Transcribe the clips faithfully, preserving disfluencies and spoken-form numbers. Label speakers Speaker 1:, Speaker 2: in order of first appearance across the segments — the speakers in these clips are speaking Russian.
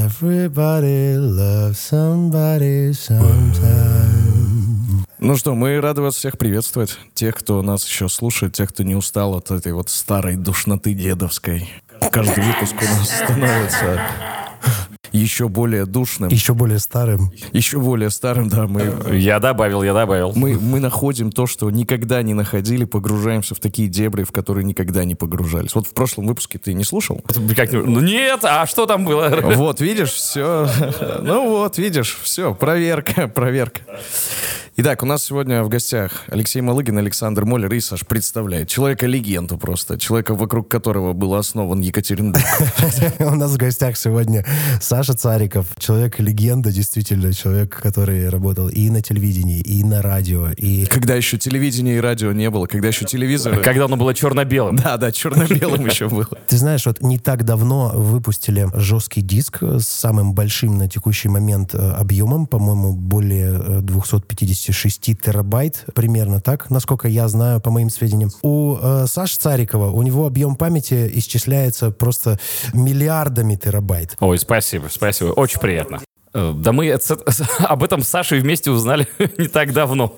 Speaker 1: Everybody loves somebody sometime.
Speaker 2: Ну что, мы рады вас всех приветствовать. Тех, кто нас еще слушает, тех, кто не устал от этой вот старой душноты дедовской. Каждый выпуск у нас становится еще более душным.
Speaker 1: Еще более старым.
Speaker 2: Еще более старым, да. Мы,
Speaker 3: я добавил, я добавил.
Speaker 2: Мы, мы находим то, что никогда не находили, погружаемся в такие дебри, в которые никогда не погружались. Вот в прошлом выпуске ты не слушал?
Speaker 3: Как, ну нет, а что там было?
Speaker 2: Вот, видишь, все. Ну вот, видишь, все, проверка, проверка. Итак, у нас сегодня в гостях Алексей Малыгин, Александр Моллер и, Саш, представляет человека-легенду просто, человека, вокруг которого был основан Екатеринбург.
Speaker 1: У нас в гостях сегодня Саша Цариков, человек-легенда, действительно, человек, который работал и на телевидении, и на радио, и...
Speaker 2: Когда еще телевидения и радио не было, когда еще телевизор...
Speaker 3: Когда оно было черно-белым.
Speaker 2: Да, да, черно-белым еще было.
Speaker 1: Ты знаешь, вот не так давно выпустили жесткий диск с самым большим на текущий момент объемом, по-моему, более двести пятьдесят шесть терабайт, примерно так, насколько я знаю, по моим сведениям. У э, Саши Царикова, у него объем памяти исчисляется просто миллиардами терабайт.
Speaker 3: Ой, спасибо, спасибо, очень приятно. Да мы это, об этом с Сашей вместе узнали не так давно.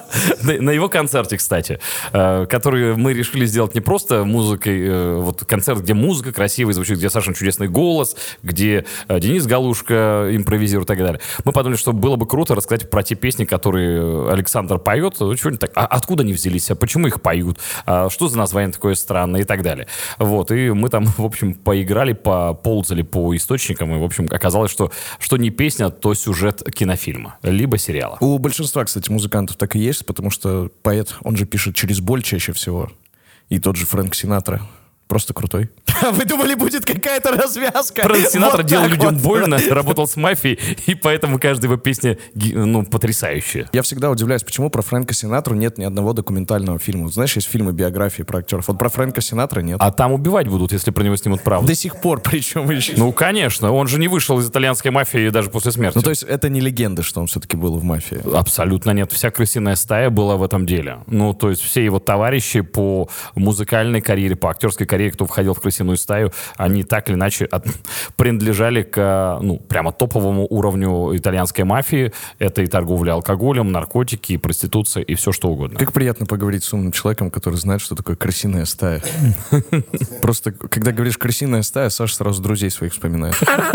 Speaker 3: На его концерте, кстати, который мы решили сделать не просто музыкой, вот концерт, где музыка красивая звучит, где Сашин чудесный голос, где Денис Галушка импровизирует и так далее. Мы подумали, что было бы круто рассказать про те песни, которые Александр поет. Что-нибудь так. А откуда они взялись? А почему их поют? А что за название такое странное? И так далее. Вот. И мы там, в общем, поиграли, поползали по источникам. И, в общем, оказалось, что, что не песня, то сюжет кинофильма, либо сериала.
Speaker 2: У большинства, кстати, музыкантов так и есть, потому что поэт, он же пишет через боль чаще всего. И тот же Фрэнк Синатра. Просто крутой. Вы думали, будет какая-то развязка?
Speaker 3: Фрэнк Синатра
Speaker 2: вот
Speaker 3: делал людям
Speaker 2: вот.
Speaker 3: больно, работал с мафией, и поэтому каждая его песня, ну, потрясающая.
Speaker 2: Я всегда удивляюсь, почему про Фрэнка Синатру нет ни одного документального фильма. Знаешь, есть фильмы, биографии про актеров. Вот про Фрэнка Синатра нет.
Speaker 3: А там убивать будут, если про него снимут правду.
Speaker 2: До сих пор, причем еще.
Speaker 3: Ну, конечно. Он же не вышел из итальянской мафии даже после смерти.
Speaker 2: Ну, то есть это не легенда, что он все-таки был в мафии?
Speaker 3: Абсолютно нет. Вся крысиная стая была в этом деле. Ну, то есть все его товарищи по музыкальной карьере, по актерской карьере, кто входил в крысиную стаю, они так или иначе от... принадлежали к, ну, прямо топовому уровню итальянской мафии. Это и торговля алкоголем, наркотики, и проституция, и все что угодно.
Speaker 2: Как приятно поговорить с умным человеком, который знает, что такое крысиная стая. Просто, когда говоришь крысиная стая, Саша сразу друзей своих вспоминает.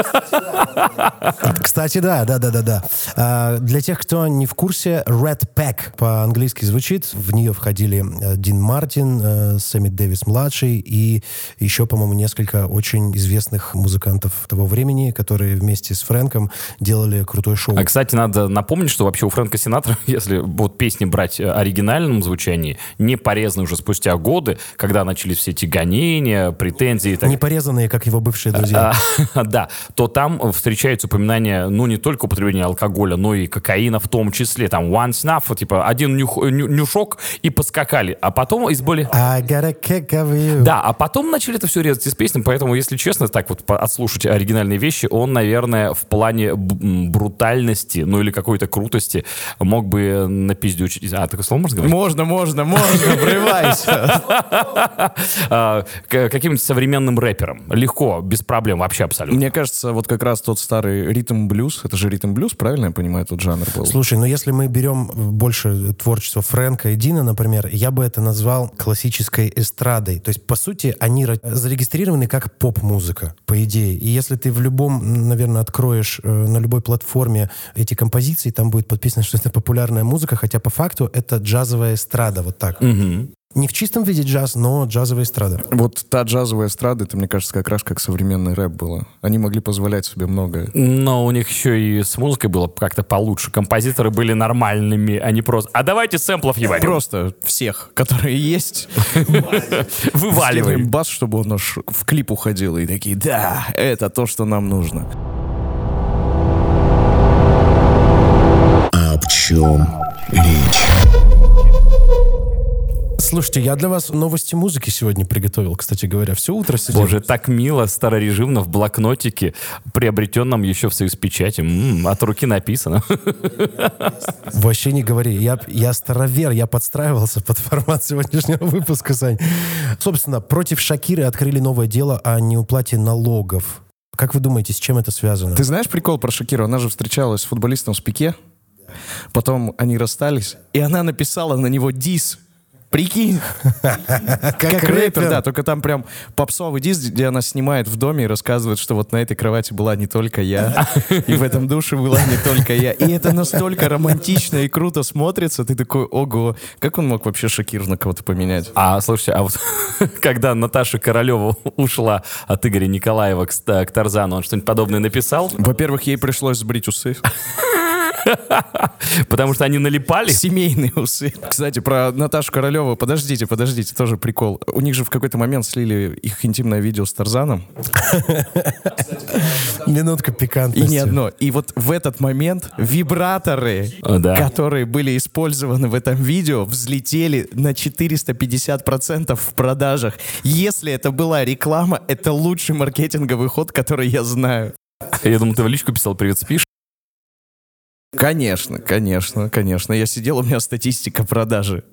Speaker 1: Кстати, да, да, да, да, да. А, для тех, кто не в курсе, Red Pack по-английски звучит. В нее входили Дин Мартин, Сэмми Дэвис-младший и еще, по-моему, несколько очень известных музыкантов того времени, которые вместе с Фрэнком делали крутое шоу.
Speaker 3: А, кстати, надо напомнить, что вообще у Фрэнка Синатра, если вот песни брать в оригинальном звучании, не порезаны уже спустя годы, когда начались все эти гонения, претензии и так
Speaker 1: не порезанные, как его бывшие друзья.
Speaker 3: А, да, то там встречаются упоминания, ну, не только употребления алкоголя, но и кокаина в том числе. Там one snuff, типа один нюх, ню, нюшок и поскакали. А потом из более...
Speaker 1: I got a kick of you.
Speaker 3: Да, а потом начали это все резать из песен, поэтому, если честно, так вот отслушать оригинальные вещи, он, наверное, в плане брутальности, ну, или какой-то крутости мог бы напиздючить... А, такое слово можно говорить?
Speaker 2: Можно, можно, можно, врывайся.
Speaker 3: Каким-нибудь современным рэпером. Легко, без проблем, вообще абсолютно.
Speaker 2: Мне кажется, вот как раз тот старый ритм-блюз, это же ритм-блюз, правильно я понимаю, тот жанр был?
Speaker 1: Слушай, ну если мы берем больше творчества Фрэнка и Дина, например, я бы это назвал классической эстрадой. То есть, по сути, они зарегистрированы как поп-музыка, по идее. И если ты в любом, наверное, откроешь э, на любой платформе эти композиции, там будет подписано, что это популярная музыка, хотя по факту это джазовая эстрада, вот так.
Speaker 3: Угу.
Speaker 1: Не в чистом виде джаз, но джазовая эстрада.
Speaker 2: Вот та джазовая эстрада, это, мне кажется, как раз как современный рэп было. Они могли позволять себе многое.
Speaker 3: Но у них еще и с музыкой было как-то получше. Композиторы были нормальными, а не просто... А давайте сэмплов ебать.
Speaker 2: Просто всех, которые есть.
Speaker 3: Вываливаем.
Speaker 2: Бас, чтобы он аж в клип уходил. И такие, да, это то, что нам нужно.
Speaker 4: Об чем речь?
Speaker 1: Слушайте, я для вас новости музыки сегодня приготовил, кстати говоря. Все утро сидел.
Speaker 3: Боже, так мило, старорежимно, в блокнотике, приобретенном еще в союз печати. М-м, от руки написано.
Speaker 1: Вообще не говори. Я, я старовер, я подстраивался под формат сегодняшнего выпуска, Сань. Собственно, против Шакиры открыли новое дело о неуплате налогов. Как вы думаете, с чем это связано?
Speaker 2: Ты знаешь прикол про Шакиру? Она же встречалась с футболистом с Пике, потом они расстались, и она написала на него дис. Прикинь, как, как рэпер, да, только там прям попсовый диск, где она снимает в доме и рассказывает, что вот на этой кровати была не только я, и в этом душе была не только я. И это настолько романтично и круто смотрится, ты такой, ого, как он мог вообще Шакиру на кого-то поменять?
Speaker 3: А, слушайте, а вот когда Наташа Королева ушла от Игоря Николаева к, к Тарзану, он что-нибудь подобное написал?
Speaker 2: Во-первых, ей пришлось сбрить усы.
Speaker 3: Потому что они налипали?
Speaker 2: Семейные усы. Кстати, про Наташу Королеву. Подождите, подождите, тоже прикол. У них же в какой-то момент слили их интимное видео с Тарзаном.
Speaker 1: Минутка пикантности.
Speaker 2: И не одно. И вот в этот момент вибраторы,
Speaker 3: да.
Speaker 2: которые были использованы в этом видео, взлетели на четыреста пятьдесят процентов в продажах. Если это была реклама, это лучший маркетинговый ход, который я знаю.
Speaker 3: Я думал, ты в личку писал «Привет, спишь?»
Speaker 2: Конечно, конечно, конечно. Я сидел, у меня статистика продажи.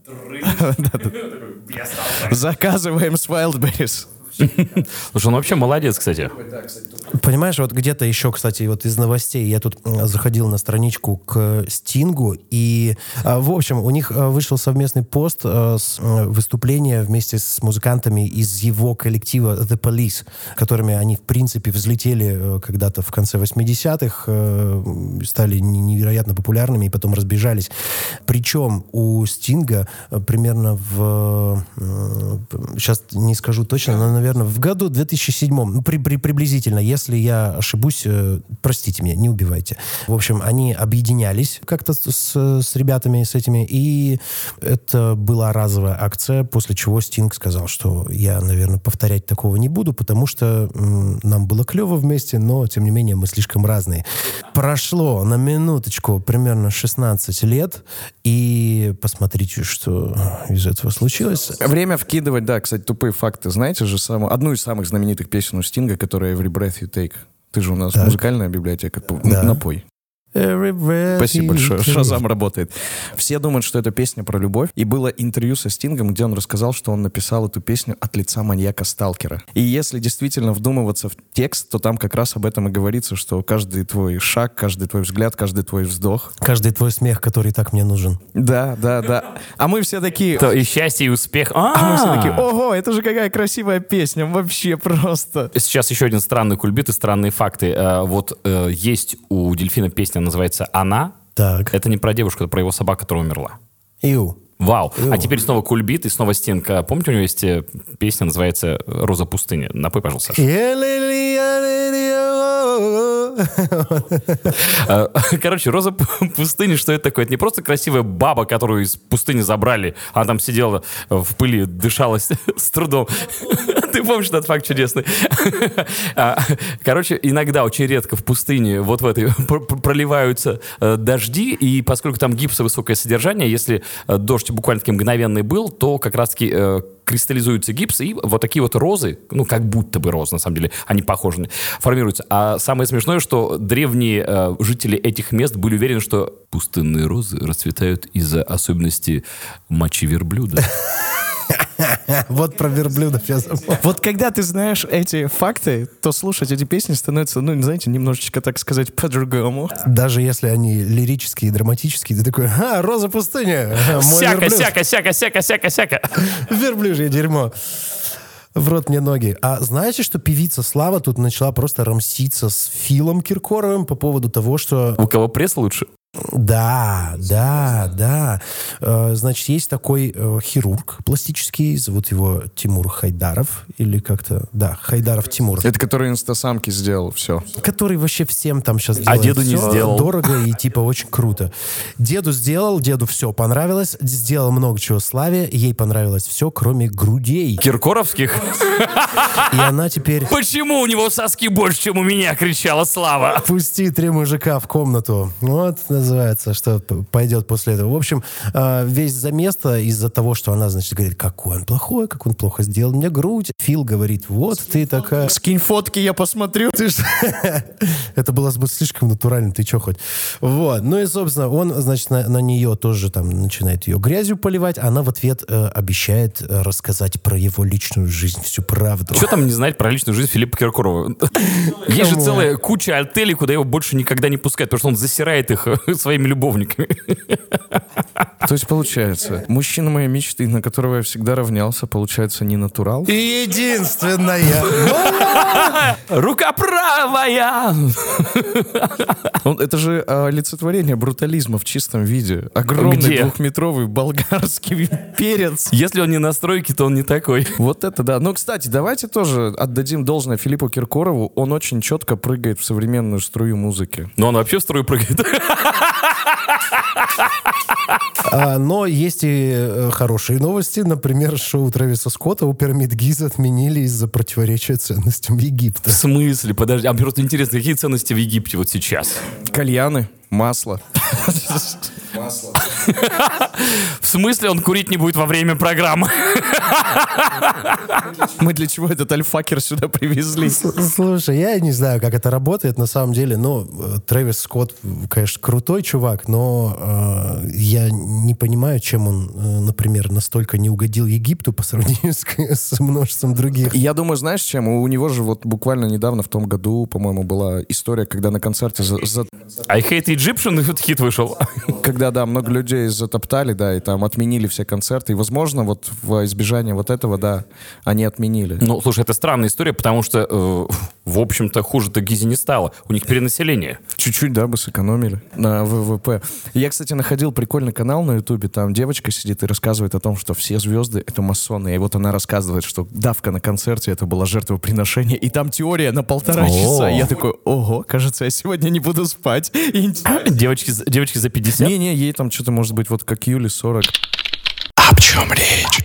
Speaker 2: Заказываем с Wildberries.
Speaker 3: Слушай, он вообще молодец, кстати.
Speaker 1: Понимаешь, вот где-то еще, кстати, вот из новостей, я тут заходил на страничку к Стингу, и, в общем, у них вышел совместный пост с выступления вместе с музыкантами из его коллектива The Police, которыми они, в принципе, взлетели когда-то в конце восьмидесятых, стали невероятно популярными и потом разбежались. Причем у Стинга примерно в... Сейчас не скажу точно, но, наверное, в году две тысячи седьмом, ну, при, при, приблизительно, если я ошибусь, э, простите меня, не убивайте. В общем, они объединялись как-то с, с ребятами, с этими, и это была разовая акция, после чего Стинг сказал, что я, наверное, повторять такого не буду, потому что м, нам было клево вместе, но, тем не менее, мы слишком разные. Прошло на минуточку примерно шестнадцать лет, и посмотрите, что из этого случилось.
Speaker 2: Время вкидывать, да, кстати, тупые факты. Знаете же саму, одну из самых знаменитых песен у Стинга, которая «Every Breath You Take». Ты же у нас
Speaker 1: так.
Speaker 2: Музыкальная библиотека.
Speaker 1: Да.
Speaker 2: Напой. Спасибо большое. Шазам работает. Все думают, что это песня про любовь. И было интервью со Стингом, где он рассказал, что он написал эту песню от лица маньяка-сталкера. И если действительно вдумываться в текст, то там как раз об этом и говорится, что каждый твой шаг, каждый твой взгляд, каждый твой вздох.
Speaker 1: Каждый твой смех, который так мне нужен.
Speaker 2: Да, да, да. А мы все такие...
Speaker 3: То и счастье, и успех. А,
Speaker 2: а мы все такие, ого, это же какая красивая песня. Вообще просто.
Speaker 3: Сейчас еще один странный кульбит и странные факты. Вот есть у Дельфина песня, называется «Она».
Speaker 1: Так.
Speaker 3: Это не про девушку, это про его собаку, которая умерла.
Speaker 1: Ию.
Speaker 3: Вау.
Speaker 1: Ию.
Speaker 3: А теперь снова кульбит и снова Стинг. Помните, у него есть песня, называется «Роза пустыни». Напой, пожалуйста, Саша. Короче, «Роза пустыни», что это такое? Это не просто красивая баба, которую из пустыни забрали, она там сидела в пыли, дышала с трудом. Ты помнишь этот факт чудесный? Короче, иногда, очень редко в пустыне вот в этой проливаются дожди, и поскольку там гипса высокое содержание, если дождь буквально-таки мгновенный был, то как раз-таки кристаллизуется гипс, и вот такие вот розы, ну, как будто бы розы, на самом деле, они похожи, формируются. А самое смешное, что древние э, жители этих мест были уверены, что пустынные розы расцветают из-за особенностей мочи верблюда.
Speaker 1: Вот про верблюдов я забыл.
Speaker 2: Вот когда ты знаешь эти факты, то слушать эти песни становится, ну, знаете, немножечко, так сказать, по-другому.
Speaker 1: Даже если они лирические, драматические, ты такой, а, «Роза пустыни», мой
Speaker 3: Сяка,
Speaker 1: верблюд.
Speaker 3: сяка, сяка, сяка, сяка, сяка.
Speaker 1: Верблюжье дерьмо. В рот мне ноги. А знаете, что певица Слава тут начала просто рамситься с Филом Киркоровым по поводу того, что...
Speaker 3: У кого пресс лучше?
Speaker 1: Да, да, да. Э, Значит, есть такой э, хирург пластический, зовут его Тимур Хайдаров, или как-то, да, Хайдаров Тимур.
Speaker 2: Это который инстасамки сделал, все.
Speaker 1: Который вообще всем там сейчас делает.
Speaker 3: А деду не
Speaker 1: всё
Speaker 3: сделал.
Speaker 1: Дорого и типа очень круто. Деду сделал, деду все понравилось, сделал много чего Славе, ей понравилось все, кроме грудей.
Speaker 3: Киркоровских?
Speaker 1: И она теперь...
Speaker 3: Почему у него соски больше, чем у меня, кричала Слава.
Speaker 1: Пусти три мужика в комнату. Вот, называется, что пойдет после этого. В общем, весь заместо из-за того, что она, значит, говорит, какой он плохой, как он плохо сделал мне грудь. Фил говорит, вот ты такая...
Speaker 2: Скинь фотки, я посмотрю.
Speaker 1: Это было бы слишком натурально, ты че хоть? Вот. Ну и, собственно, он, значит, на, на нее тоже там начинает ее грязью поливать, а она в ответ э, обещает э, рассказать про его личную жизнь, всю правду.
Speaker 3: Что там не знать про личную жизнь Филиппа Киркорова? Есть же целая куча отелей, куда его больше никогда не пускают, потому что он засирает их своими любовниками.
Speaker 2: То есть, получается, мужчина моей мечты, на которого я всегда равнялся, получается, не натурал?
Speaker 1: Единственная.
Speaker 3: Рука правая!
Speaker 2: Это же олицетворение брутализма в чистом виде. Огромный
Speaker 3: Где?
Speaker 2: двухметровый болгарский перец.
Speaker 3: Если он не на стройке, то он не такой.
Speaker 2: Вот это да. Ну, кстати, давайте тоже отдадим должное Филиппу Киркорову. Он очень четко прыгает в современную струю музыки.
Speaker 3: Но он вообще в струю прыгает.
Speaker 1: А, но есть и э, хорошие новости. Например, шоу Трэвиса Скотта у Пирамид Гиза отменили из-за противоречия ценностям Египта.
Speaker 3: В смысле? Подожди, а мне просто интересно, какие ценности в Египте вот сейчас?
Speaker 2: Кальяны, масло.
Speaker 3: В смысле он курить не будет во время программы?
Speaker 2: Мы для чего этот альфакер сюда привезли?
Speaker 1: Слушай, я не знаю, как это работает на самом деле, но э, Трэвис Скотт, конечно, крутой чувак, но э, я не понимаю, чем он, э, например, настолько не угодил Египту по сравнению с, с множеством других.
Speaker 2: Я думаю, знаешь, чем? У него же вот буквально недавно, в том году, по-моему, была история, когда на концерте... За, за...
Speaker 3: I Hate Egyptian, этот хит вышел.
Speaker 2: Когда, да, много людей затоптали, да, и там отменили все концерты. И, возможно, вот в избежание вот этого, да, они отменили.
Speaker 3: Ну, слушай, это странная история, потому что, э, в общем-то, хуже-то Гизе не стало. У них перенаселение.
Speaker 2: Чуть-чуть, да, бы сэкономили на ВВП. Я, кстати, находил прикольный канал на Ютубе. Там девочка сидит и рассказывает о том, что все звезды — это масоны. И вот она рассказывает, что давка на концерте — это было жертвоприношение. И там теория на полтора
Speaker 3: О.
Speaker 2: часа. И я такой, ого, кажется, я сегодня не буду спать. И...
Speaker 3: Девочки, за- девочки за пятьдесят?
Speaker 2: Не-не, ей там что-то, может быть, вот как Юле сорок.
Speaker 4: Об чем речь?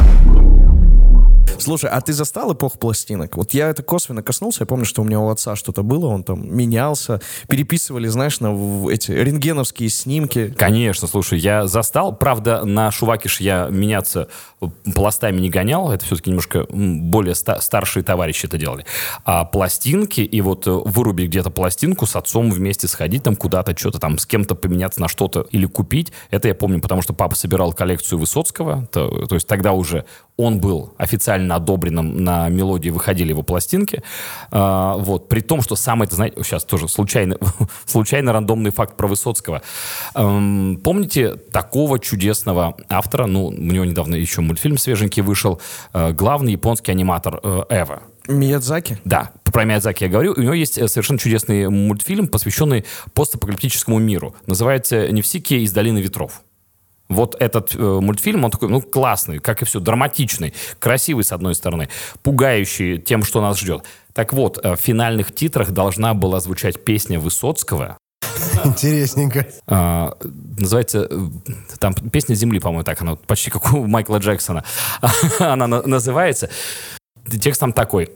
Speaker 2: Слушай, а ты застал эпоху пластинок? Вот я это косвенно коснулся, я помню, что у меня у отца что-то было, он там менялся, переписывали, знаешь, на в- эти рентгеновские снимки.
Speaker 3: Конечно, слушай, я застал. Правда, на Шувакиш я меняться пластами не гонял. Это все-таки немножко м, более ста- старшие товарищи это делали. А пластинки, и вот э, вырубить где-то пластинку, с отцом вместе сходить там куда-то, что-то там, с кем-то поменяться на что-то или купить. Это я помню, потому что папа собирал коллекцию Высоцкого. То, то есть тогда уже он был официально одобренным, на мелодии выходили его пластинки. А, вот. При том, что самое, это, знаете, сейчас тоже случайно, случайно рандомный факт про Высоцкого. Эм, помните такого чудесного автора, ну, у него недавно еще мультфильм свеженький вышел, э, главный японский аниматор э, Эва.
Speaker 2: Миядзаки?
Speaker 3: Да, про Миядзаки я говорю. У него есть э, совершенно чудесный мультфильм, посвященный постапокалиптическому миру. Называется «Невсикия из долины ветров». Вот этот э, мультфильм, он такой, ну, классный, как и все, драматичный, красивый, с одной стороны, пугающий тем, что нас ждет. Так вот, э, в финальных титрах должна была звучать песня Высоцкого.
Speaker 1: Интересненько.
Speaker 3: Э, называется, э, там, «Песня земли», по-моему, так она, почти как у Майкла Джексона. Она на- называется. Текст там такой.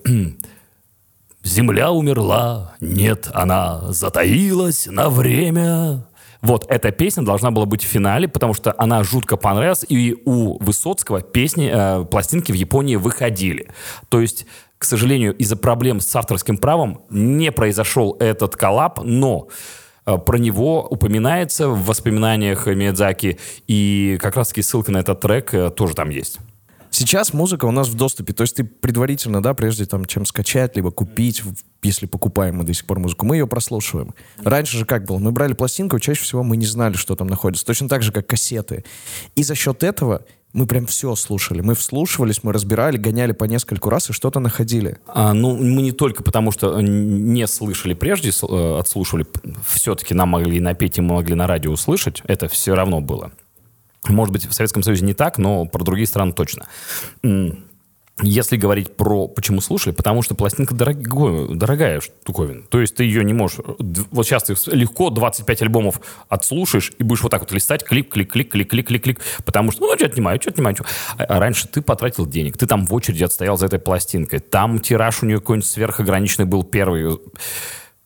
Speaker 3: «Земля умерла, нет, она затаилась на время». Вот эта песня должна была быть в финале, потому что она жутко понравилась, и у Высоцкого песни, э, пластинки в Японии выходили. То есть, к сожалению, из-за проблем с авторским правом не произошел этот коллаб, но э, про него упоминается в воспоминаниях Миядзаки, и как раз-таки ссылка на этот трек э, тоже там есть.
Speaker 2: Сейчас музыка у нас в доступе, то есть ты предварительно, да, прежде там, чем скачать, либо купить, если покупаем мы до сих пор музыку, мы ее прослушиваем. Раньше же как было? Мы брали пластинку, и чаще всего мы не знали, что там находится. Точно так же, как кассеты. И за счет этого мы прям все слушали. Мы вслушивались, мы разбирали, гоняли по нескольку раз и что-то находили.
Speaker 3: А, ну, мы не только потому, что не слышали прежде, с- э, отслушивали, все-таки нам могли напеть, и мы могли на радио услышать, это все равно было. Может быть, в Советском Союзе не так, но про другие страны точно. М, Если говорить про почему слушали, потому что пластинка дорогой, дорогая штуковина. То есть ты ее не можешь... д- Вот сейчас ты легко двадцать пять альбомов отслушаешь и будешь вот так вот листать, клик, клик, клик, клик, клик, клик, клик, потому что, ну, что отнимаю, что отнимаю. чё. А а раньше ты потратил денег, ты там в очереди отстоял за этой пластинкой, там тираж у нее какой-нибудь сверхограничный был первый.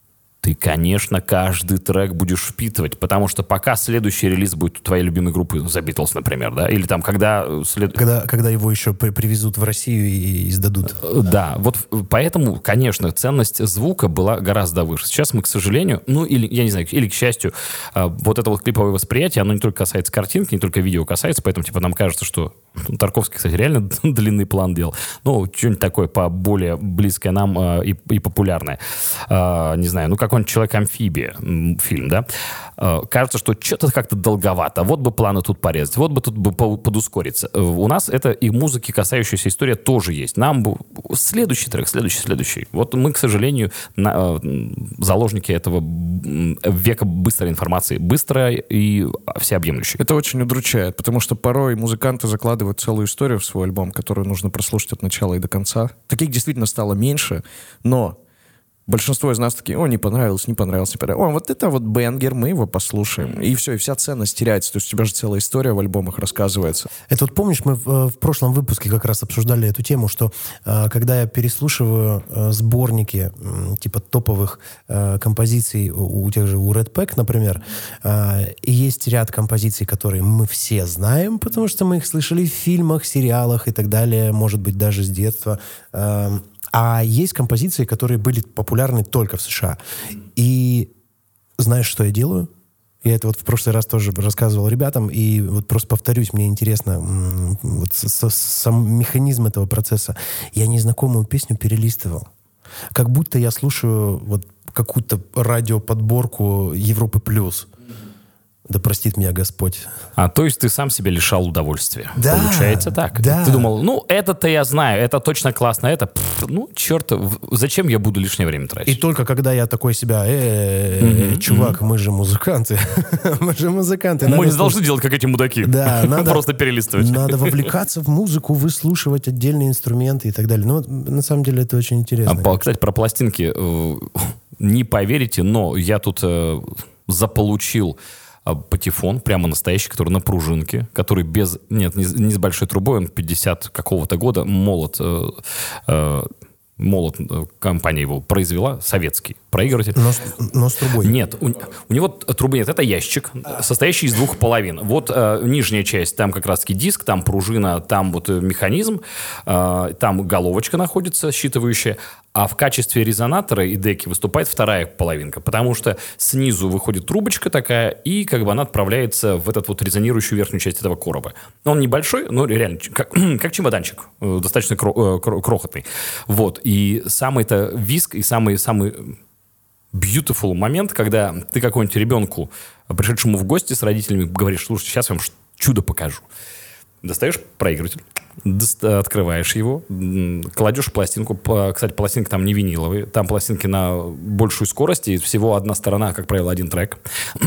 Speaker 3: ты, конечно, каждый трек будешь впитывать, потому что пока следующий релиз будет у твоей любимой группы, The Beatles, например, да, или там, когда... След...
Speaker 1: Когда, когда его еще при- привезут в Россию и издадут.
Speaker 3: Да, вот поэтому, конечно, ценность звука была гораздо выше. Сейчас мы, к сожалению, ну, или, я не знаю, или, к счастью, вот это вот клиповое восприятие, оно не только касается картинки, не только видео касается, поэтому, типа, нам кажется, что... Ну, Тарковский, кстати, реально длинный план делал. Ну, что-нибудь такое поболее близкое нам э, и, и популярное. Э, не знаю, ну, какой-нибудь «Человек-амфибия» фильм, да? Э, кажется, что что-то как-то долговато. Вот бы планы тут порезать, вот бы тут бы подускориться. Э, у нас это и музыки, касающаяся история, тоже есть. Нам бы следующий трек, следующий, следующий. Вот мы, к сожалению, на, э, заложники этого века быстрой информации. Быстрой и всеобъемлющей.
Speaker 2: Это очень удручает, потому что порой музыканты закладывают целую историю в свой альбом, которую нужно прослушать от начала и до конца. Таких действительно стало меньше, но большинство из нас такие: о, не понравилось, не понравилось, не понравилось. О, вот это вот бенгер, мы его послушаем. И все, и вся ценность теряется. То есть у тебя же целая история в альбомах рассказывается.
Speaker 1: Это вот помнишь, мы в, в прошлом выпуске как раз обсуждали эту тему, что э, когда я переслушиваю э, сборники э, типа топовых э, композиций у, у тех же, у Red Pack, например, э, и есть ряд композиций, которые мы все знаем, потому что мы их слышали в фильмах, сериалах и так далее, может быть, даже с детства. Э, А есть композиции, которые были популярны только в США. И знаешь, что я делаю? Я это вот в прошлый раз тоже рассказывал ребятам, и вот просто повторюсь, мне интересно вот сам механизм этого процесса. Я незнакомую песню перелистывал. Как будто я слушаю вот какую-то радиоподборку Европы плюс. Да простит меня Господь.
Speaker 3: А то есть ты сам себя лишал удовольствия.
Speaker 1: Да,
Speaker 3: получается так.
Speaker 1: да.
Speaker 3: Ты думал, ну, это-то я знаю, это точно классно, это, пфф, ну, черт, зачем я буду лишнее время тратить?
Speaker 1: И только когда я такой себя, э, чувак, мы же музыканты, мы же музыканты.
Speaker 3: Мы не должны делать, как эти мудаки.
Speaker 1: Да, надо
Speaker 3: просто перелистывать.
Speaker 1: Надо вовлекаться в музыку, выслушивать отдельные инструменты и так далее. Ну, на самом деле, это очень интересно.
Speaker 3: А, кстати, про пластинки. Не поверите, но я тут э, заполучил патефон, прямо настоящий, который на пружинке, который без, нет, не, не с большой трубой, он пятидесятого какого-то года, молот, э, э, молот, э, компания его произвела, советский проигрыватель.
Speaker 1: Но, но с трубой.
Speaker 3: Нет, у, у него трубы нет, это ящик, состоящий из двух половин. Вот э, нижняя часть, там как раз-таки диск, там пружина, там вот механизм, э, там головочка находится, считывающая, а в качестве резонатора и деки выступает вторая половинка, потому что снизу выходит трубочка такая, и как бы она отправляется в этот вот резонирующую верхнюю часть этого короба. Он небольшой, но реально как, как чемоданчик, достаточно кро, кро, крохотный. Вот, и самый-то визг, и самый-самый beautiful момент, когда ты какому-нибудь ребенку, пришедшему в гости с родителями, говоришь: слушай, сейчас я вам чудо покажу. Достаешь проигрыватель, открываешь его, кладешь пластинку. Кстати, пластинки там не виниловые, там пластинки на большую скорость, и всего одна сторона, как правило, один трек.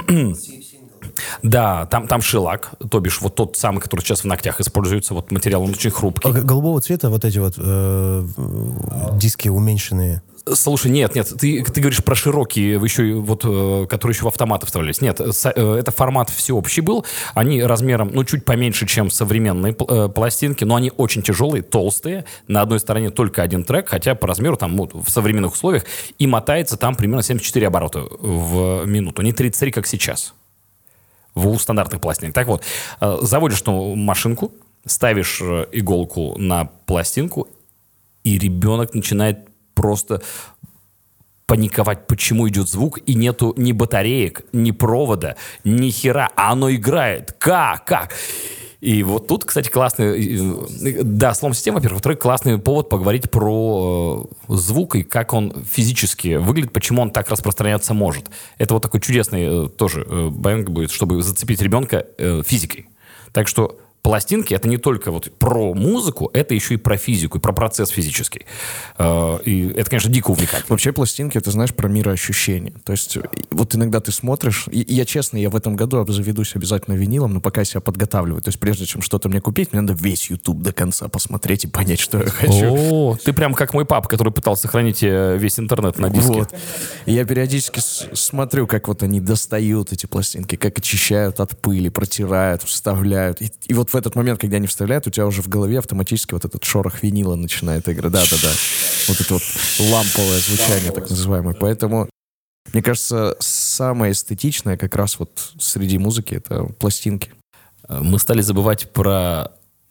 Speaker 3: Да, там, там шелак, то бишь вот тот самый, который сейчас в ногтях используется, вот материал, он очень хрупкий.
Speaker 1: Голубого цвета вот эти вот э, диски уменьшенные.
Speaker 3: Слушай, нет, нет, ты, ты говоришь про широкие, еще, вот, которые еще в автоматы вставлялись. Нет, это формат всеобщий был. Они размером, ну, чуть поменьше, чем современные пластинки, но они очень тяжелые, толстые. На одной стороне только один трек, хотя по размеру там вот, в современных условиях и мотается там примерно семьдесят четыре оборота в минуту. Не тридцать три, как сейчас в стандартных пластинках. Так вот, заводишь ту машинку, ставишь иголку на пластинку, и ребенок начинает просто паниковать, почему идет звук, и нету ни батареек, ни провода, ни хера, а оно играет. Как? Как? И вот тут, кстати, классный, да, слом системы, во-первых, во-вторых, классный повод поговорить про звук и как он физически выглядит, почему он так распространяться может. Это вот такой чудесный тоже бэнг будет, чтобы зацепить ребенка физикой. Так что пластинки — это не только вот про музыку, это еще и про физику, и про процесс физический. И это, конечно, дико увлекательно.
Speaker 2: Вообще пластинки — это, знаешь, про мироощущение. То есть вот иногда ты смотришь, и я, честно, я в этом году обзаведусь обязательно винилом, но пока я себя подготавливаю. То есть прежде чем что-то мне купить, мне надо весь YouTube до конца посмотреть и понять, что я хочу.
Speaker 3: О, ты прям как мой папа, который пытался сохранить весь интернет на диске.
Speaker 2: Вот. И я периодически с- смотрю, как вот они достают эти пластинки, как очищают от пыли, протирают, вставляют. И, и вот в этот момент, когда они вставляют, у тебя уже в голове автоматически вот этот шорох винила начинает играть. Да-да-да. Вот это вот ламповое звучание, так называемое. Поэтому Мне кажется, самое эстетичное как раз вот среди музыки — это пластинки.
Speaker 3: Мы стали забывать про...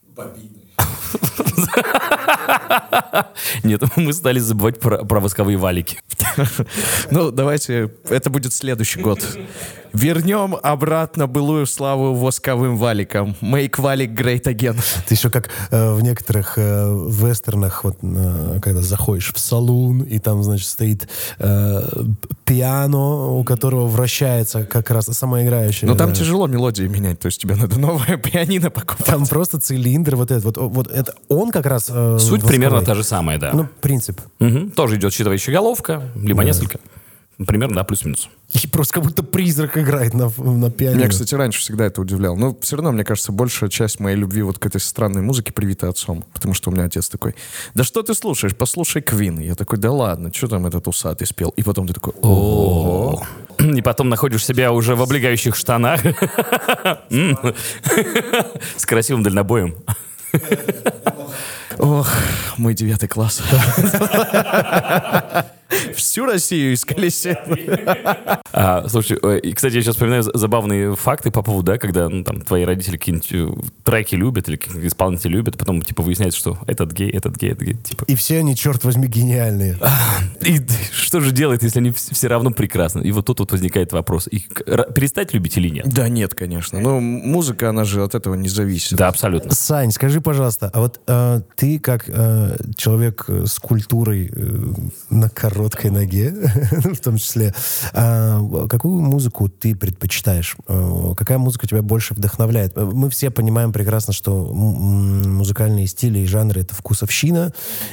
Speaker 3: Нет, мы стали забывать про, про восковые валики.
Speaker 2: Ну, давайте, это будет следующий год. Вернем обратно былую славу восковым валикам. Make валик great again.
Speaker 1: Ты еще как э, в некоторых э, вестернах, вот, э, когда заходишь в салон, и там, значит, стоит э, пиано, у которого вращается как раз самоиграющее.
Speaker 2: Но там
Speaker 1: да.
Speaker 2: тяжело мелодии менять, то есть тебе надо новое пианино покупать.
Speaker 1: Там просто цилиндр вот этот. Вот, вот это он как раз... Э,
Speaker 3: Суть
Speaker 1: восковой.
Speaker 3: примерно та же самая, да.
Speaker 1: Ну, принцип.
Speaker 3: Мгм. Тоже идет считывающая головка, либо
Speaker 1: Да.
Speaker 3: несколько. Примерно, да, плюс-минус.
Speaker 1: И просто как будто призрак играет на, на пианино.
Speaker 2: Меня, кстати, раньше всегда это удивляло. Но все равно, мне кажется, большая часть моей любви вот к этой странной музыке привита отцом. Потому что у меня отец такой: да что ты слушаешь? Послушай Квин. Я такой: да ладно, что там этот усатый спел? И потом ты такой: о.
Speaker 3: И потом находишь себя уже в облегающих штанах с красивым дальнобоем.
Speaker 2: Ох, мой девятый класс. Всю Россию исколесил.
Speaker 3: А, слушай, э, и, кстати, я сейчас вспоминаю за- забавные факты по поводу, да, когда ну, там твои родители какие-нибудь э, треки любят или какие-нибудь исполнители любят, потом типа выясняется, что этот гей, этот гей, этот гей, типа.
Speaker 1: И все они, черт возьми, гениальные.
Speaker 3: И что же делать, если они вс- все равно прекрасны? И вот тут вот возникает вопрос: их к- ра- перестать любить или нет?
Speaker 2: Да нет, конечно. Но музыка, она же от этого не зависит.
Speaker 3: Да, абсолютно.
Speaker 1: Сань, скажи, пожалуйста, а вот э, ты как э, человек э, с культурой э, на короткой ноге, в том числе, э, какую музыку ты предпочитаешь? Э, какая музыка тебя больше вдохновляет? Мы все понимаем прекрасно, что м- музыкальные стили и жанры — это вкусовщина,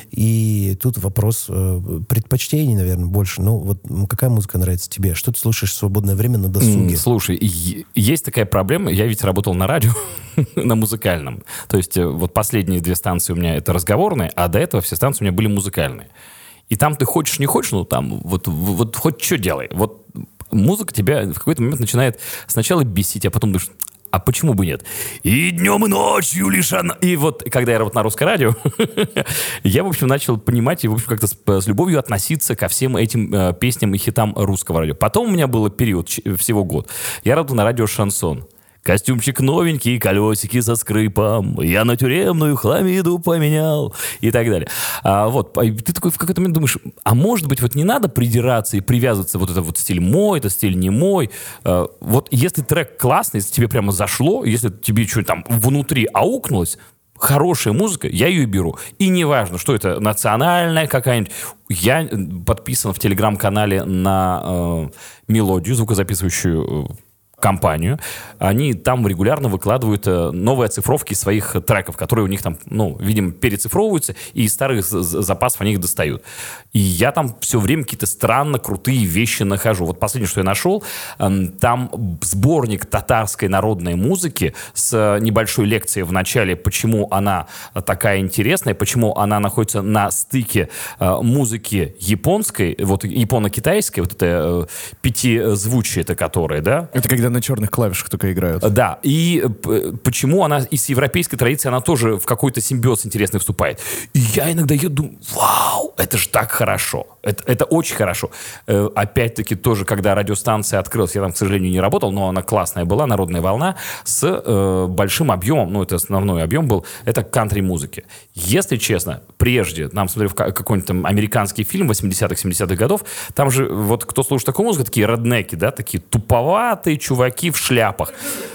Speaker 1: и тут вопрос э, предпочтений, наверное, больше. Ну, вот м, какая музыка нравится тебе? Что ты слушаешь в свободное время на досуге?
Speaker 3: М, Слушай, е- есть такая проблема. Я ведь работал на радио, на музыкальном. То есть э, вот последние две станции у меня это разговорные, а до этого все станции у меня были музыкальные. И там ты хочешь, не хочешь, ну там вот, вот хоть что делай. Вот музыка тебя в какой-то момент начинает сначала бесить, а потом думаешь: а почему бы нет? И днем, и ночью лишь она... И вот, когда я работал на русское радио, я, в общем, начал понимать и, в общем, как-то с, с любовью относиться ко всем этим э, песням и хитам русского радио. Потом у меня был период, ч- всего год. Я работал на радио «Шансон». Костюмчик новенький, колесики со скрипом, я на тюремную хламиду поменял и так далее. А, вот, и ты такой в какой-то момент думаешь: а может быть, вот не надо придираться и привязываться, вот это вот стиль мой, это стиль не мой. А, вот если трек классный, если тебе прямо зашло, если тебе что-то там внутри аукнулось, хорошая музыка, я ее и беру. И неважно, что это национальная какая-нибудь. Я подписан в телеграм-канале на э, мелодию, звукозаписывающую э, компанию. Они там регулярно выкладывают э, новые оцифровки своих треков, которые у них там, ну, видимо, перецифровываются, и из старых з- з- запасов они их достают. И я там все время какие-то странно крутые вещи нахожу. Вот последнее, что я нашел, э, там сборник татарской народной музыки с э, небольшой лекцией в начале, почему она такая интересная, почему она находится на стыке э, музыки японской, вот японо-китайской, вот это э, пятизвучие, это которое, да?
Speaker 2: Это когда на черных клавишах только играют.
Speaker 3: Да, и п- почему она и с европейской традицией, она тоже в какой-то симбиоз интересный вступает. И я иногда я думаю: вау, это же так хорошо. Это, это очень хорошо. Э, опять-таки тоже, когда радиостанция открылась, я там, к сожалению, не работал, но она классная была, «Народная волна», с э, большим объемом, ну, это основной объем был, это кантри-музыки. Если честно, прежде, нам, смотрю, в какой-нибудь там американский фильм восьмидесятых, семидесятых годов, там же, вот кто слушает такую музыку, такие реднеки, да, такие туповатые чуваки в шляпах.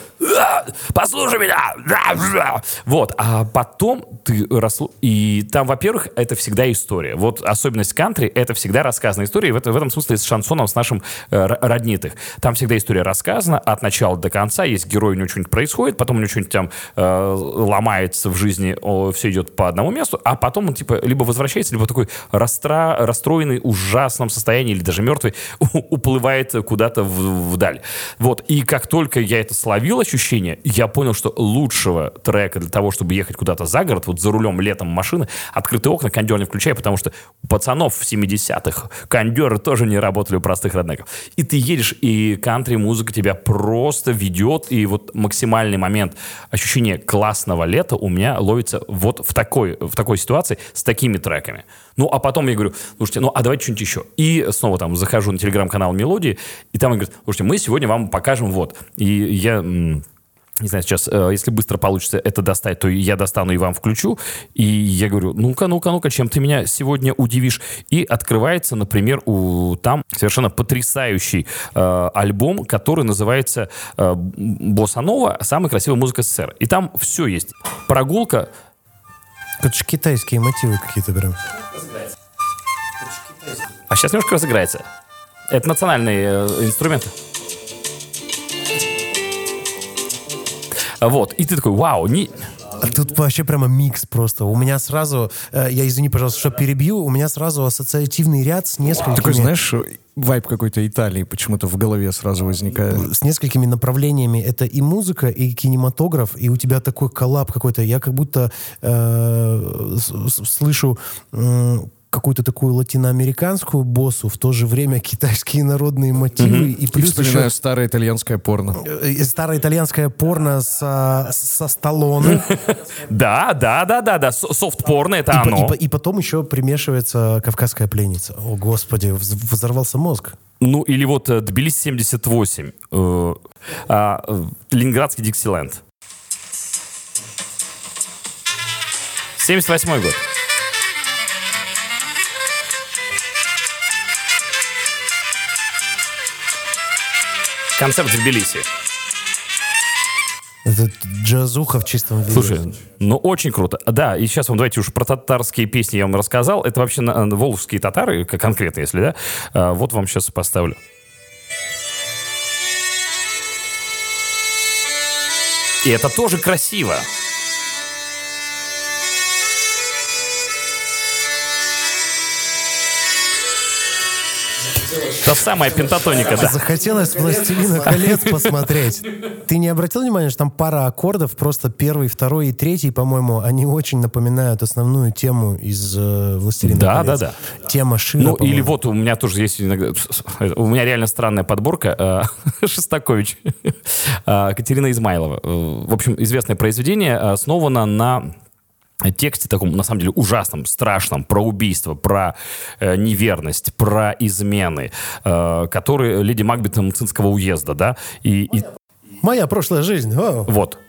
Speaker 3: Послушай меня! Вот, а потом ты росл... И там, во-первых, это всегда история. Вот особенность кантри — это всегда рассказанная история. И в, это, в этом смысле с шансоном, с нашим э, роднит их. Там всегда история рассказана от начала до конца. Есть герой, у него что-нибудь происходит, потом у него что-нибудь там э, ломается в жизни, о, все идет по одному месту, а потом он типа либо возвращается, либо такой расстра... расстроенный, ужасном состоянии, или даже мертвый, уплывает куда-то в... вдаль. Вот, и как только я это словил, ощущение, ощущение. Я понял, что лучшего трека для того, чтобы ехать куда-то за город, вот за рулем летом машины, открытые окна, кондер не включай, потому что у пацанов в семидесятых кондеры тоже не работали у простых реднеков. И ты едешь, и кантри-музыка тебя просто ведет, и вот максимальный момент ощущения классного лета у меня ловится вот в такой, в такой ситуации с такими треками. Ну, а потом я говорю, слушайте, ну, а давайте что-нибудь еще. И снова там захожу на телеграм-канал «Мелодии», и там они говорят, слушайте, мы сегодня вам покажем вот. И я... М- Не знаю, сейчас, э, если быстро получится это достать, то я достану и вам включу. И я говорю, ну-ка, ну-ка, ну-ка, чем ты меня сегодня удивишь? И открывается, например, у, там совершенно потрясающий э, альбом, который называется э, «Босса Нова. Самая красивая музыка СССР». И там все есть. Прогулка.
Speaker 1: Это же китайские мотивы какие-то прям.
Speaker 3: А сейчас немножко разыграется. Это национальные э, инструменты. Вот, и ты такой, вау, не...
Speaker 1: А тут вообще прямо микс просто. У меня сразу, э, я извини, пожалуйста, что перебью, у меня сразу ассоциативный ряд с несколькими...
Speaker 2: Такой, знаешь, вайб какой-то Италии почему-то в голове сразу возникает.
Speaker 1: С несколькими направлениями. Это и музыка, и кинематограф, и у тебя такой коллаб какой-то. Я как будто э, с- слышу... Э, какую-то такую латиноамериканскую боссу, в то же время китайские народные мотивы.
Speaker 2: Mm-hmm.
Speaker 1: И плюс
Speaker 2: и вспоминаю
Speaker 1: еще...
Speaker 2: старое итальянское порно.
Speaker 1: Старое итальянское порно со, со Сталлоне.
Speaker 3: Да, да, да, да, да. Софт-порно — это
Speaker 1: И, по-
Speaker 3: оно.
Speaker 1: и, по- и потом еще примешивается «Кавказская пленница». О, господи, вз- взорвался мозг.
Speaker 3: Ну, или вот э, Тбилиси семьдесят восемь. э, а, э, Ленинградский Диксиленд. семьдесят восьмой год. Концерт в Тбилиси.
Speaker 1: Это джазуха в чистом виде.
Speaker 3: Слушай, ну очень круто. Да, и сейчас вам давайте уж про татарские песни я вам рассказал. Это вообще на, на, волжские татары, как конкретно, если да. А, вот вам сейчас поставлю. И это тоже красиво. Та самая пентатоника, да.
Speaker 1: Захотелось «Властелина колец» посмотреть. Ты не обратил внимания, что там пара аккордов, просто первый, второй и третий, по-моему, они очень напоминают основную тему из э, «Властелина
Speaker 3: Да,
Speaker 1: колец».
Speaker 3: да, да.
Speaker 1: Тема Шира,
Speaker 3: Ну,
Speaker 1: по-моему.
Speaker 3: или вот у меня тоже есть иногда... У меня реально странная подборка. э, Шостакович. э, Катерина Измайлова. Э, В общем, известное произведение основано на тексте таком, на самом деле, ужасном, страшном, про убийство, про э, неверность, про измены, э, которые леди Макбет Мцинского уезда, да, и, и
Speaker 1: «Моя прошлая жизнь». О.
Speaker 3: вот.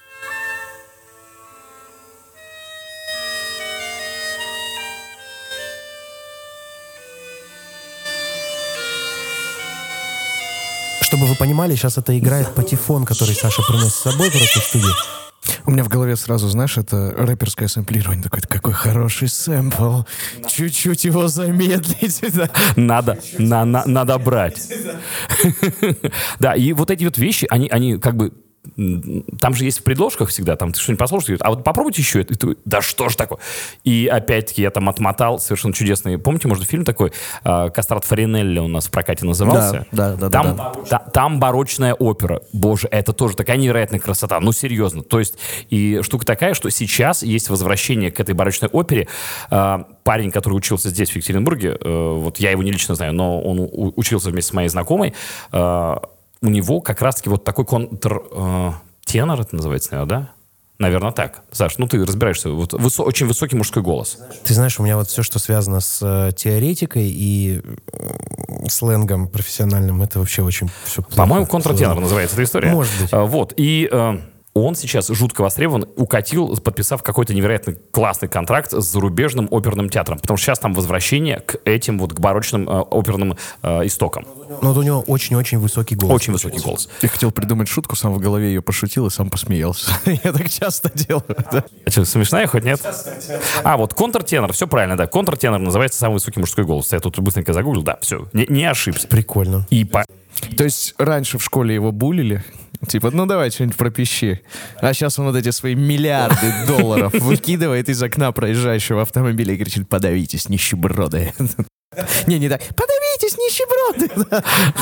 Speaker 1: Чтобы вы понимали, сейчас это играет патефон, который Саша принес с собой просто в студию.
Speaker 2: У меня в голове сразу, знаешь, это рэперское сэмплирование. Такой, какой хороший сэмпл. Чуть-чуть его замедлить. Да.
Speaker 3: Надо, на, на, надо брать. Да, и вот эти вот вещи, они, они как бы... м, Там же есть в предложках всегда, там ты что-нибудь послушаешь, а вот попробуйте еще это. И ты, да что ж такое? И опять-таки я там отмотал совершенно чудесный... Помните, может, фильм такой э, «Кастрат Фаринелли» у нас в прокате назывался?
Speaker 2: Да, да, да,
Speaker 3: Там,
Speaker 2: да,
Speaker 3: та- там барочная опера. Боже, это тоже такая невероятная красота. Ну, серьезно. То есть, и штука такая, что сейчас есть возвращение к этой барочной опере. Э, парень, который учился здесь, в Екатеринбурге, э, вот я его не лично знаю, но он у- учился вместе с моей знакомой, э, у него как раз-таки вот такой контр... Э, тенор это называется, наверное, да? Наверное, так. Саш, ну ты разбираешься. Вот высо- очень высокий мужской голос.
Speaker 1: Ты знаешь, у меня вот все, что связано с э, теоретикой и э, сленгом профессиональным, это вообще очень все плохо.
Speaker 3: По-моему, контртенор называется эта история.
Speaker 1: Может быть.
Speaker 3: А, Вот. И э, он сейчас жутко востребован, укатил, подписав какой-то невероятно классный контракт с зарубежным оперным театром. Потому что сейчас там возвращение к этим вот, к барочным э, оперным э, истокам.
Speaker 1: Но вот у него очень-очень высокий голос.
Speaker 3: Очень высокий голос.
Speaker 2: Я хотел придумать шутку, сам в голове ее пошутил и сам посмеялся. Я так часто делаю. Да.
Speaker 3: А что, смешная хоть нет? А, вот контртенор, все правильно, да. Контртенор называется самый высокий мужской голос. Я тут быстренько загуглил, да, все, не, не ошибся.
Speaker 1: Прикольно.
Speaker 3: И по...
Speaker 2: То есть раньше в школе его булили, типа, ну давай что-нибудь пропищи. А сейчас он вот эти свои миллиарды долларов выкидывает из окна проезжающего автомобиля и кричит: подавитесь, нищеброды. Не, не так. Подавитесь! Остановитесь, нищеброды!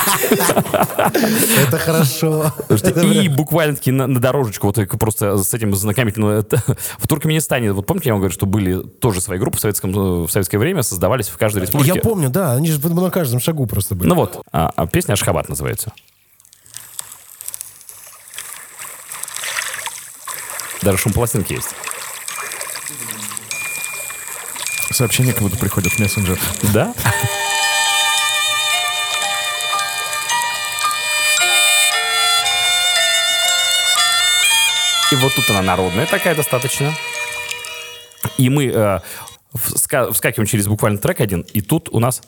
Speaker 1: Это хорошо.
Speaker 3: И буквально-таки на, на дорожечку, вот просто с этим знакомительным... это- В Туркменистане, вот помните, я вам говорю, что были тоже свои группы в, советском, в советское время, создавались в каждой республике.
Speaker 1: Я помню, да, они же на каждом шагу просто были.
Speaker 3: Ну вот, а, а песня «Ашхабад» называется. Даже шум пластинки есть.
Speaker 2: Сообщения как будто приходят в мессенджер.
Speaker 3: Да? И вот тут она народная такая достаточно. И мы э, вска- вскакиваем через буквально трек один, и тут у нас...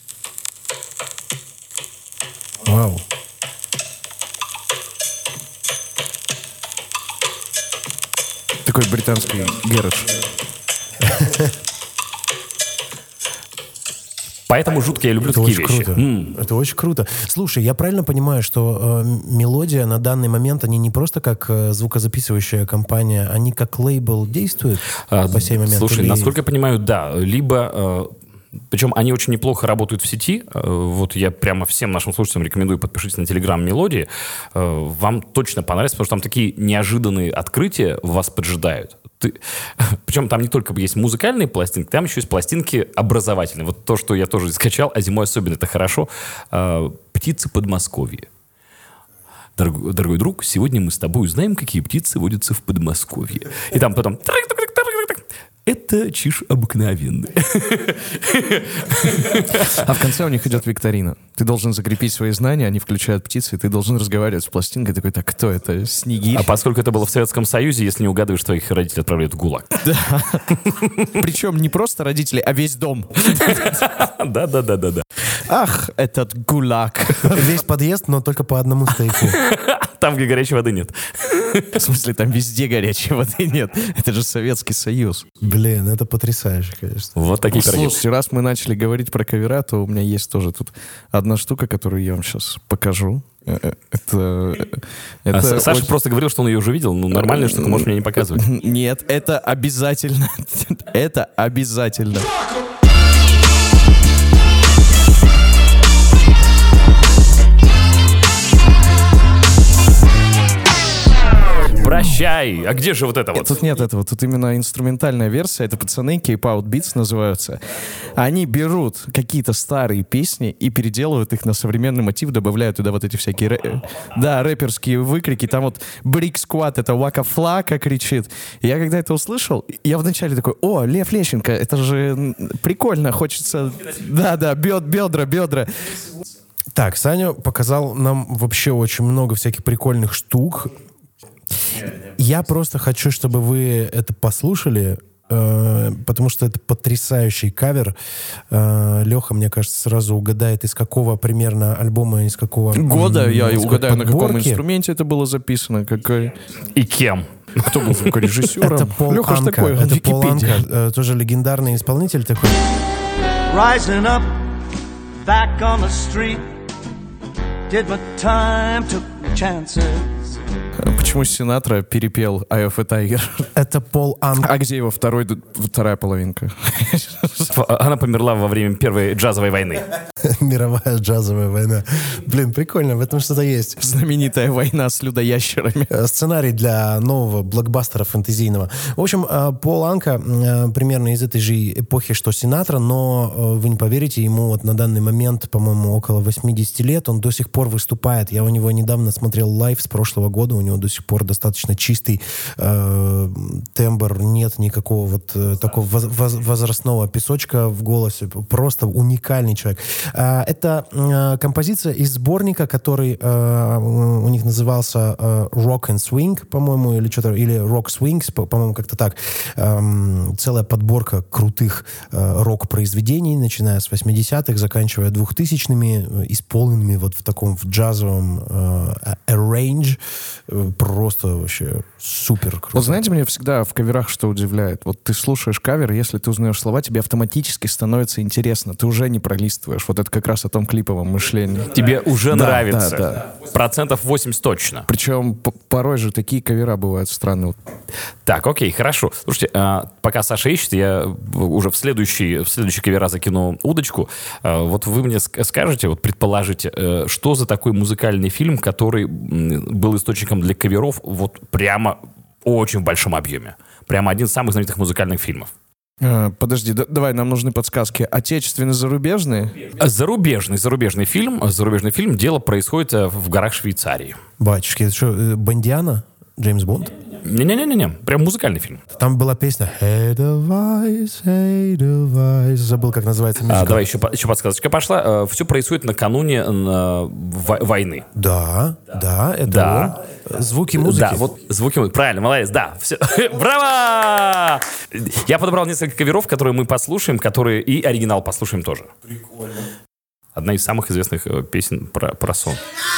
Speaker 1: Вау.
Speaker 2: Такой британский гэридж.
Speaker 3: Поэтому жутко я люблю
Speaker 1: Это
Speaker 3: такие
Speaker 1: очень
Speaker 3: вещи.
Speaker 1: круто.
Speaker 3: М.
Speaker 1: Это очень круто. Слушай, я правильно понимаю, что э, мелодия на данный момент, они не просто как э, звукозаписывающая компания, они как лейбл действуют
Speaker 3: А,
Speaker 1: по сей момент?
Speaker 3: Слушай,
Speaker 1: Или-
Speaker 3: насколько я понимаю, да. Либо... э, Причем они очень неплохо работают в сети. Э, Вот я прямо всем нашим слушателям рекомендую, подпишитесь на Телеграм «Мелодии». Э, Вам точно понравится, потому что там такие неожиданные открытия вас поджидают. Ты... Причем там не только есть музыкальные пластинки, там еще есть пластинки образовательные. Вот то, что я тоже скачал, а зимой особенно это хорошо. Э, «Птицы Подмосковья». Дорогой, дорогой друг, сегодня мы с тобой узнаем, какие птицы водятся в Подмосковье. И там потом... Это чиж обыкновенный.
Speaker 2: А в конце у них идет викторина. Ты должен закрепить свои знания, они включают птицы, и ты должен разговаривать с пластинкой. Такой, так кто это? Снегирь?
Speaker 3: А поскольку это было в Советском Союзе, если не угадываешь, твоих родителей отправляют в ГУЛАГ.
Speaker 2: Причем не просто родители, а весь дом.
Speaker 3: Да-да-да-да-да.
Speaker 2: Ах, этот ГУЛАГ.
Speaker 1: Весь подъезд, но только по одному стояку.
Speaker 3: Там, где горячей воды нет.
Speaker 2: В смысле, там везде горячей воды нет. Это же Советский Союз.
Speaker 1: Блин, это потрясающе, конечно.
Speaker 3: Вот такие пироги.
Speaker 2: Слушайте, раз мы начали говорить про кавера, то у меня есть тоже тут одна штука, которую я вам сейчас покажу. Э, э, Это...
Speaker 3: А
Speaker 2: это
Speaker 3: С- Саша
Speaker 2: очень-
Speaker 3: просто говорил, что он ее уже видел. Ну, нормальная штука, можешь мне не показывать.
Speaker 2: Нет, это обязательно. Это обязательно.
Speaker 3: Прощай! А где же вот это вот?
Speaker 2: Тут нет этого, тут именно инструментальная версия. Это пацаны, Cape Out Beats называются. Они берут какие-то старые песни и переделывают их на современный мотив, добавляют туда вот эти всякие рэ- да, рэперские выкрики. Там вот Brick Squad, это Waka Flocka кричит. И я когда это услышал, я вначале такой, о, Лев Лещенко, это же м, прикольно, хочется... Да-да, бед- бедра, бедра.
Speaker 1: Так, Саня показал нам вообще очень много всяких прикольных штук. Я просто хочу, чтобы вы это послушали, э, потому что это потрясающий кавер. Э, Леха, мне кажется, сразу угадает, из какого примерно альбома, из какого...
Speaker 2: Года
Speaker 1: м,
Speaker 2: я
Speaker 1: из какой
Speaker 2: угадаю, на каком
Speaker 1: подборки.
Speaker 2: инструменте это было записано, какой...
Speaker 3: И кем?
Speaker 2: Кто был звукорежиссером?
Speaker 1: Это Пол
Speaker 2: Леха ж
Speaker 1: Анка.
Speaker 2: такой, он
Speaker 1: Это Пол
Speaker 2: Википедия.
Speaker 1: Анка, э, тоже легендарный исполнитель такой.
Speaker 5: Rising up, back on the street, did my time, took chances.
Speaker 2: Почему Синатра перепел Eye of a Tiger?
Speaker 1: Это Пол Анка.
Speaker 2: А где его второй, вторая половинка?
Speaker 3: Она померла во время Первой джазовой войны.
Speaker 1: Мировая джазовая война. Блин, прикольно, в этом что-то есть.
Speaker 2: Знаменитая война с людоящерами.
Speaker 1: Э, Сценарий для нового блокбастера фэнтезийного. В общем, э, Пол Анка э, примерно из этой же эпохи, что Синатра, но э, вы не поверите, ему вот на данный момент, по-моему, около восемьдесят лет, он до сих пор выступает. Я у него недавно смотрел лайв с прошлого года, у него до сих пор достаточно чистый э, тембр, нет никакого вот э, такого воз- воз- возрастного песочка в голосе, просто уникальный человек. Э, это э, композиция из сборника, который э, у них назывался э, Rock and Swing, по-моему, или что-то, или Rock Swings, по- по-моему, как-то так. Эм, целая подборка крутых э, рок-произведений, начиная с восьмидесятых, заканчивая двухтысячными, э, исполненными вот в таком в джазовом э, arrange. Э, просто вообще супер круто.
Speaker 2: Вот знаете, меня всегда в каверах что удивляет? Вот ты слушаешь кавер, если ты узнаешь слова, тебе автоматически становится интересно. Ты уже не пролистываешь. Вот это как раз о том клиповом мышлении.
Speaker 3: Тебе уже
Speaker 2: Да,
Speaker 3: нравится.
Speaker 2: да,
Speaker 3: Процентов восемьдесят точно.
Speaker 2: Причем п- порой же такие кавера бывают странные.
Speaker 3: Так, окей, хорошо. Слушайте, а, пока Саша ищет, я уже в следующий, в следующий кавера закину удочку. А, вот вы мне ск- скажете, вот предположите, э, что за такой музыкальный фильм, который м, был источником для каверов вот прямо очень в большом объеме. Прямо один из самых знаменитых музыкальных фильмов.
Speaker 2: А, подожди, да, давай, нам нужны подсказки. Отечественные, зарубежные?
Speaker 3: Зарубежный, зарубежный фильм. Зарубежный фильм. Дело происходит э, в горах Швейцарии.
Speaker 1: Батюшки, это что, э, Бондиана? Джеймс Бонд?
Speaker 3: Не-не-не-не, прям музыкальный фильм.
Speaker 1: Там была песня «Hey device, hey device». Забыл, как называется
Speaker 3: А,
Speaker 1: мюзикл.
Speaker 3: давай еще, по- еще подсказочка пошла. Э, Все происходит накануне э, во- войны.
Speaker 1: Да, да, это
Speaker 3: Да.
Speaker 1: он. Звуки музыки.
Speaker 3: Да, вот звуки музыки. Правильно, молодец, да. Все. Браво! Я подобрал несколько каверов, которые мы послушаем, которые и оригинал послушаем тоже. Прикольно. Одна из самых известных э, песен про, про сон.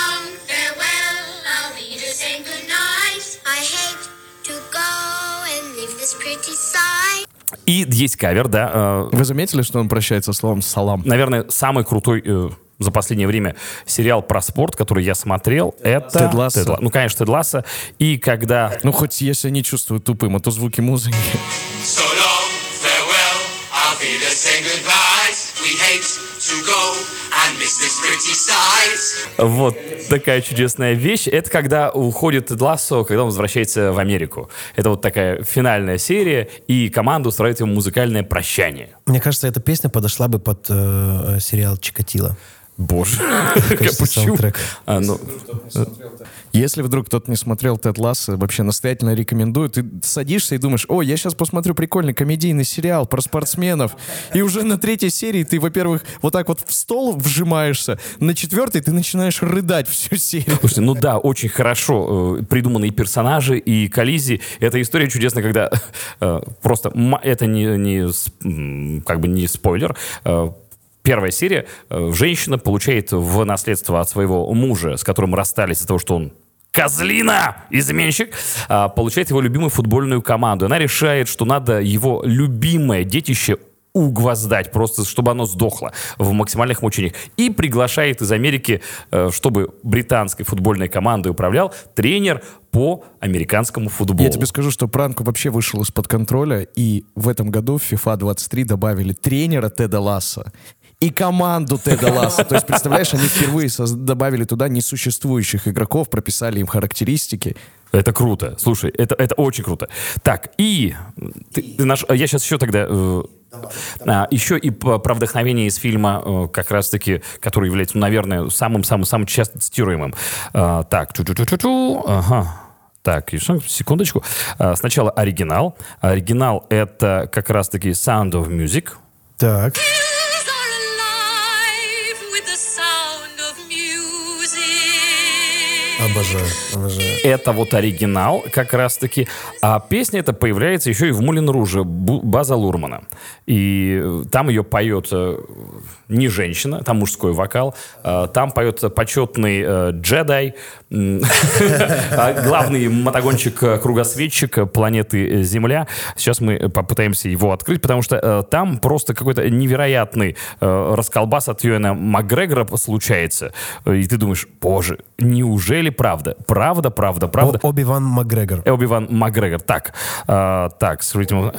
Speaker 3: И есть кавер, да. э,
Speaker 2: Вы заметили, что он прощается словом «салам»?
Speaker 3: Наверное, самый крутой э, за последнее время сериал про спорт, который я смотрел, это...
Speaker 2: Тед Лассо.
Speaker 3: Ла- Ну, конечно, Тед Лассо. И когда...
Speaker 2: Ну, хоть если не чувствуют тупым, а то звуки музыки.
Speaker 4: So long, farewell, I'll be the saying goodbyes. We hate to go and miss this pretty sight.
Speaker 3: Вот такая чудесная вещь. Это когда уходит Тед Лассо, когда он возвращается в Америку. Это вот такая финальная серия, и команда устраивает ему музыкальное прощание.
Speaker 1: Мне кажется, эта песня подошла бы под э, сериал «Чикатило».
Speaker 3: Боже.
Speaker 1: Кажется,
Speaker 3: Почему?
Speaker 1: саундтрек.
Speaker 3: А, ну,
Speaker 2: Если вдруг кто-то не смотрел «Тед Лассо», вообще настоятельно рекомендую. Ты садишься и думаешь: о, я сейчас посмотрю прикольный комедийный сериал про спортсменов. И уже на третьей серии ты, во-первых, вот так вот в стол вжимаешься. На четвертой ты начинаешь рыдать всю серию.
Speaker 3: Слушайте, ну да, очень хорошо э, придуманы и персонажи, и коллизии. Эта история чудесная, когда э, просто м- это не, не с- м, как бы не спойлер. э, Первая серия. э, Женщина получает в наследство от своего мужа, с которым расстались из-за того, что он козлина, изменщик, а, получает его любимую футбольную команду. Она решает, что надо его любимое детище угвоздать, просто чтобы оно сдохло в максимальных мучениях. И приглашает из Америки, э, чтобы британской футбольной командой управлял тренер по американскому футболу.
Speaker 2: Я тебе скажу, что пранк вообще вышел из-под контроля, и в этом году в FIFA двадцать три добавили тренера Теда Лассо и команду Теда Лассо. То есть, представляешь, они впервые соз- добавили туда несуществующих игроков, прописали им характеристики.
Speaker 3: Это круто. Слушай, это, это очень круто. Так, и ты- ты наш, я сейчас еще тогда... э, а, еще и по- про вдохновение из фильма, э, как раз-таки, который является, ну, наверное, самым-самым-самым часто цитируемым. А, так, чу-чу-чу-чу-чу, ага. Так, еще секундочку. А, сначала оригинал. Оригинал — это как раз-таки Sound of Music.
Speaker 1: Так. Обожаю, обожаю.
Speaker 3: Это вот оригинал как раз-таки. А песня эта появляется еще и в «Мулен Руже» Бу- База Лурмана. И э, там ее поет э, не женщина, там мужской вокал. Э, Там поет почетный э, джедай, м, а главный мотогонщик-кругосветчик планеты Земля. Сейчас мы попытаемся его открыть, потому что э, там просто какой-то невероятный э, расколбас от Юэна Макгрегора случается. И ты думаешь: боже, неужели правда? Правда, правда, правда.
Speaker 1: О- Оби-Ван Макгрегор.
Speaker 3: Оби-Ван Макгрегор. Так, а, так, с ритмом...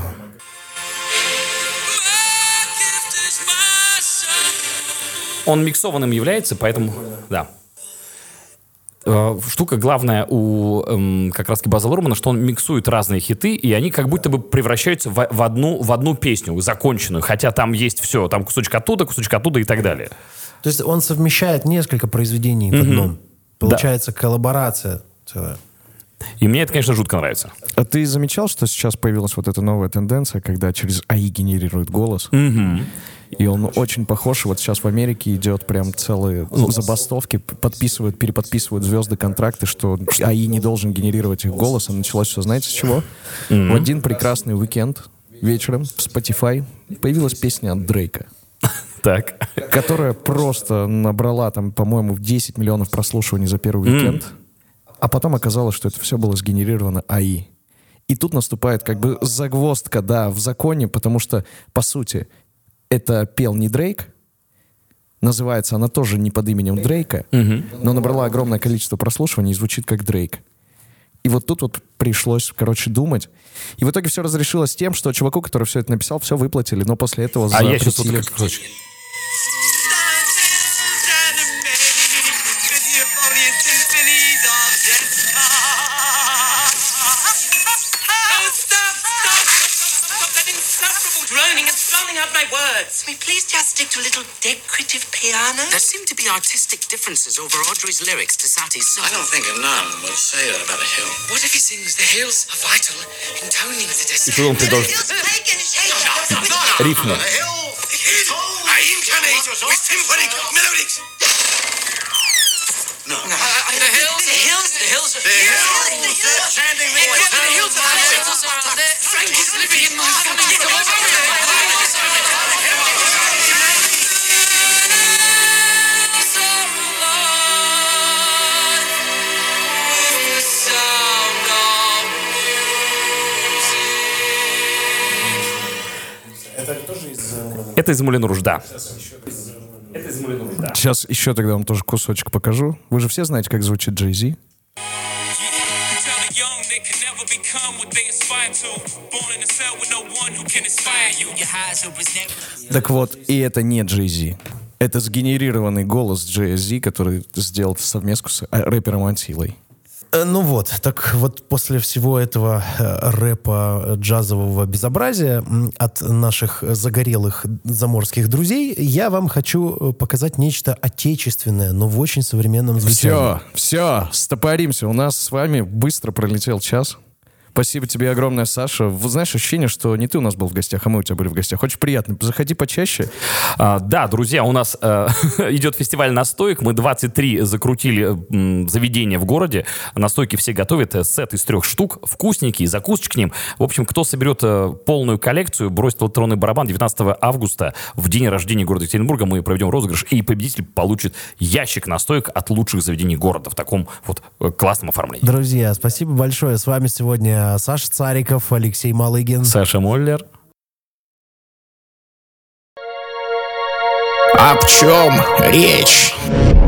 Speaker 3: Он миксованным является, поэтому... Да. Э, Штука главная у эм, как раз База Лурмана, что он миксует разные хиты, и они как будто бы превращаются в, в, одну, в одну песню, законченную. Хотя там есть все. Там кусочек оттуда, кусочек оттуда и так далее.
Speaker 1: То есть он совмещает несколько произведений в одном. Получается коллаборация целая.
Speaker 3: И мне это, конечно, жутко нравится.
Speaker 2: А ты замечал, что сейчас появилась вот эта новая тенденция, когда через эй ай генерирует голос? И он очень похож. И вот сейчас в Америке идет прям целые забастовки, подписывают, переподписывают звезды контракты, что эй ай не должен генерировать их голос. А началось все, знаете, с чего? В один прекрасный уикенд вечером в Spotify появилась песня от Дрейка,
Speaker 3: Так.
Speaker 2: которая просто набрала там, по-моему, в десять миллионов прослушиваний за первый уикенд. А потом оказалось, что это все было сгенерировано эй ай. И тут наступает как бы загвоздка, да, в законе, потому что, по сути, это пел не Дрейк, называется она тоже не под именем Дрейка, но набрала огромное количество прослушиваний и звучит как Дрейк. И вот тут вот пришлось, короче, думать. И в итоге все разрешилось тем, что чуваку, который все это написал, все выплатили, но после этого
Speaker 3: А я сейчас
Speaker 2: запретили.
Speaker 3: вот как кусочек.
Speaker 6: Can we please just stick to a little decorative piano?
Speaker 7: There seem to be artistic differences over Audrey's lyrics to Satie's song.
Speaker 8: I don't think a nun would say that about a hill.
Speaker 7: What if he sings the hills are vital, intoning the
Speaker 3: И
Speaker 7: desert?
Speaker 3: что он предложит? Рифму.
Speaker 8: The hill are incarnate with symphonic melodies. No.
Speaker 7: Uh, the hills, the hills, the hills,
Speaker 8: The hills, they're chanting the
Speaker 7: the
Speaker 8: eternal
Speaker 7: hills are the hills are there. Frank is living in my coming to
Speaker 3: Это из Мулен Руж, да. Это из Мулен Руж, да.
Speaker 2: Сейчас еще тогда вам тоже кусочек покажу. Вы же все знаете, как звучит Jay-Z? Так вот, и это не Jay-Z. Это сгенерированный голос Jay-Z, который сделал совместку с э, рэпером Антилой.
Speaker 1: Э, Ну вот, так вот после всего этого э, рэпа джазового безобразия м, от наших загорелых заморских друзей я вам хочу э, показать нечто отечественное, но в очень современном звучании.
Speaker 2: Все, все, стопоримся. У нас с вами быстро пролетел час. Спасибо тебе огромное, Саша. Вот знаешь, ощущение, что не ты у нас был в гостях, а мы у тебя были в гостях. Очень приятно. Заходи почаще.
Speaker 3: А, да, друзья, у нас э, идет фестиваль настоек. Мы двадцать три закрутили м, заведения в городе. Настойки все готовят. э, Сет из трех штук. Вкусненькие, закусочки к ним. В общем, кто соберет э, полную коллекцию, бросит в электронный барабан девятнадцатого августа, в день рождения города Екатеринбурга, мы проведем розыгрыш, и победитель получит ящик настоек от лучших заведений города в таком вот э, классном оформлении.
Speaker 1: Друзья, спасибо большое. С вами сегодня Саша Цариков, Алексей Малыгин.
Speaker 3: Саша Моллер.
Speaker 2: Об чем речь?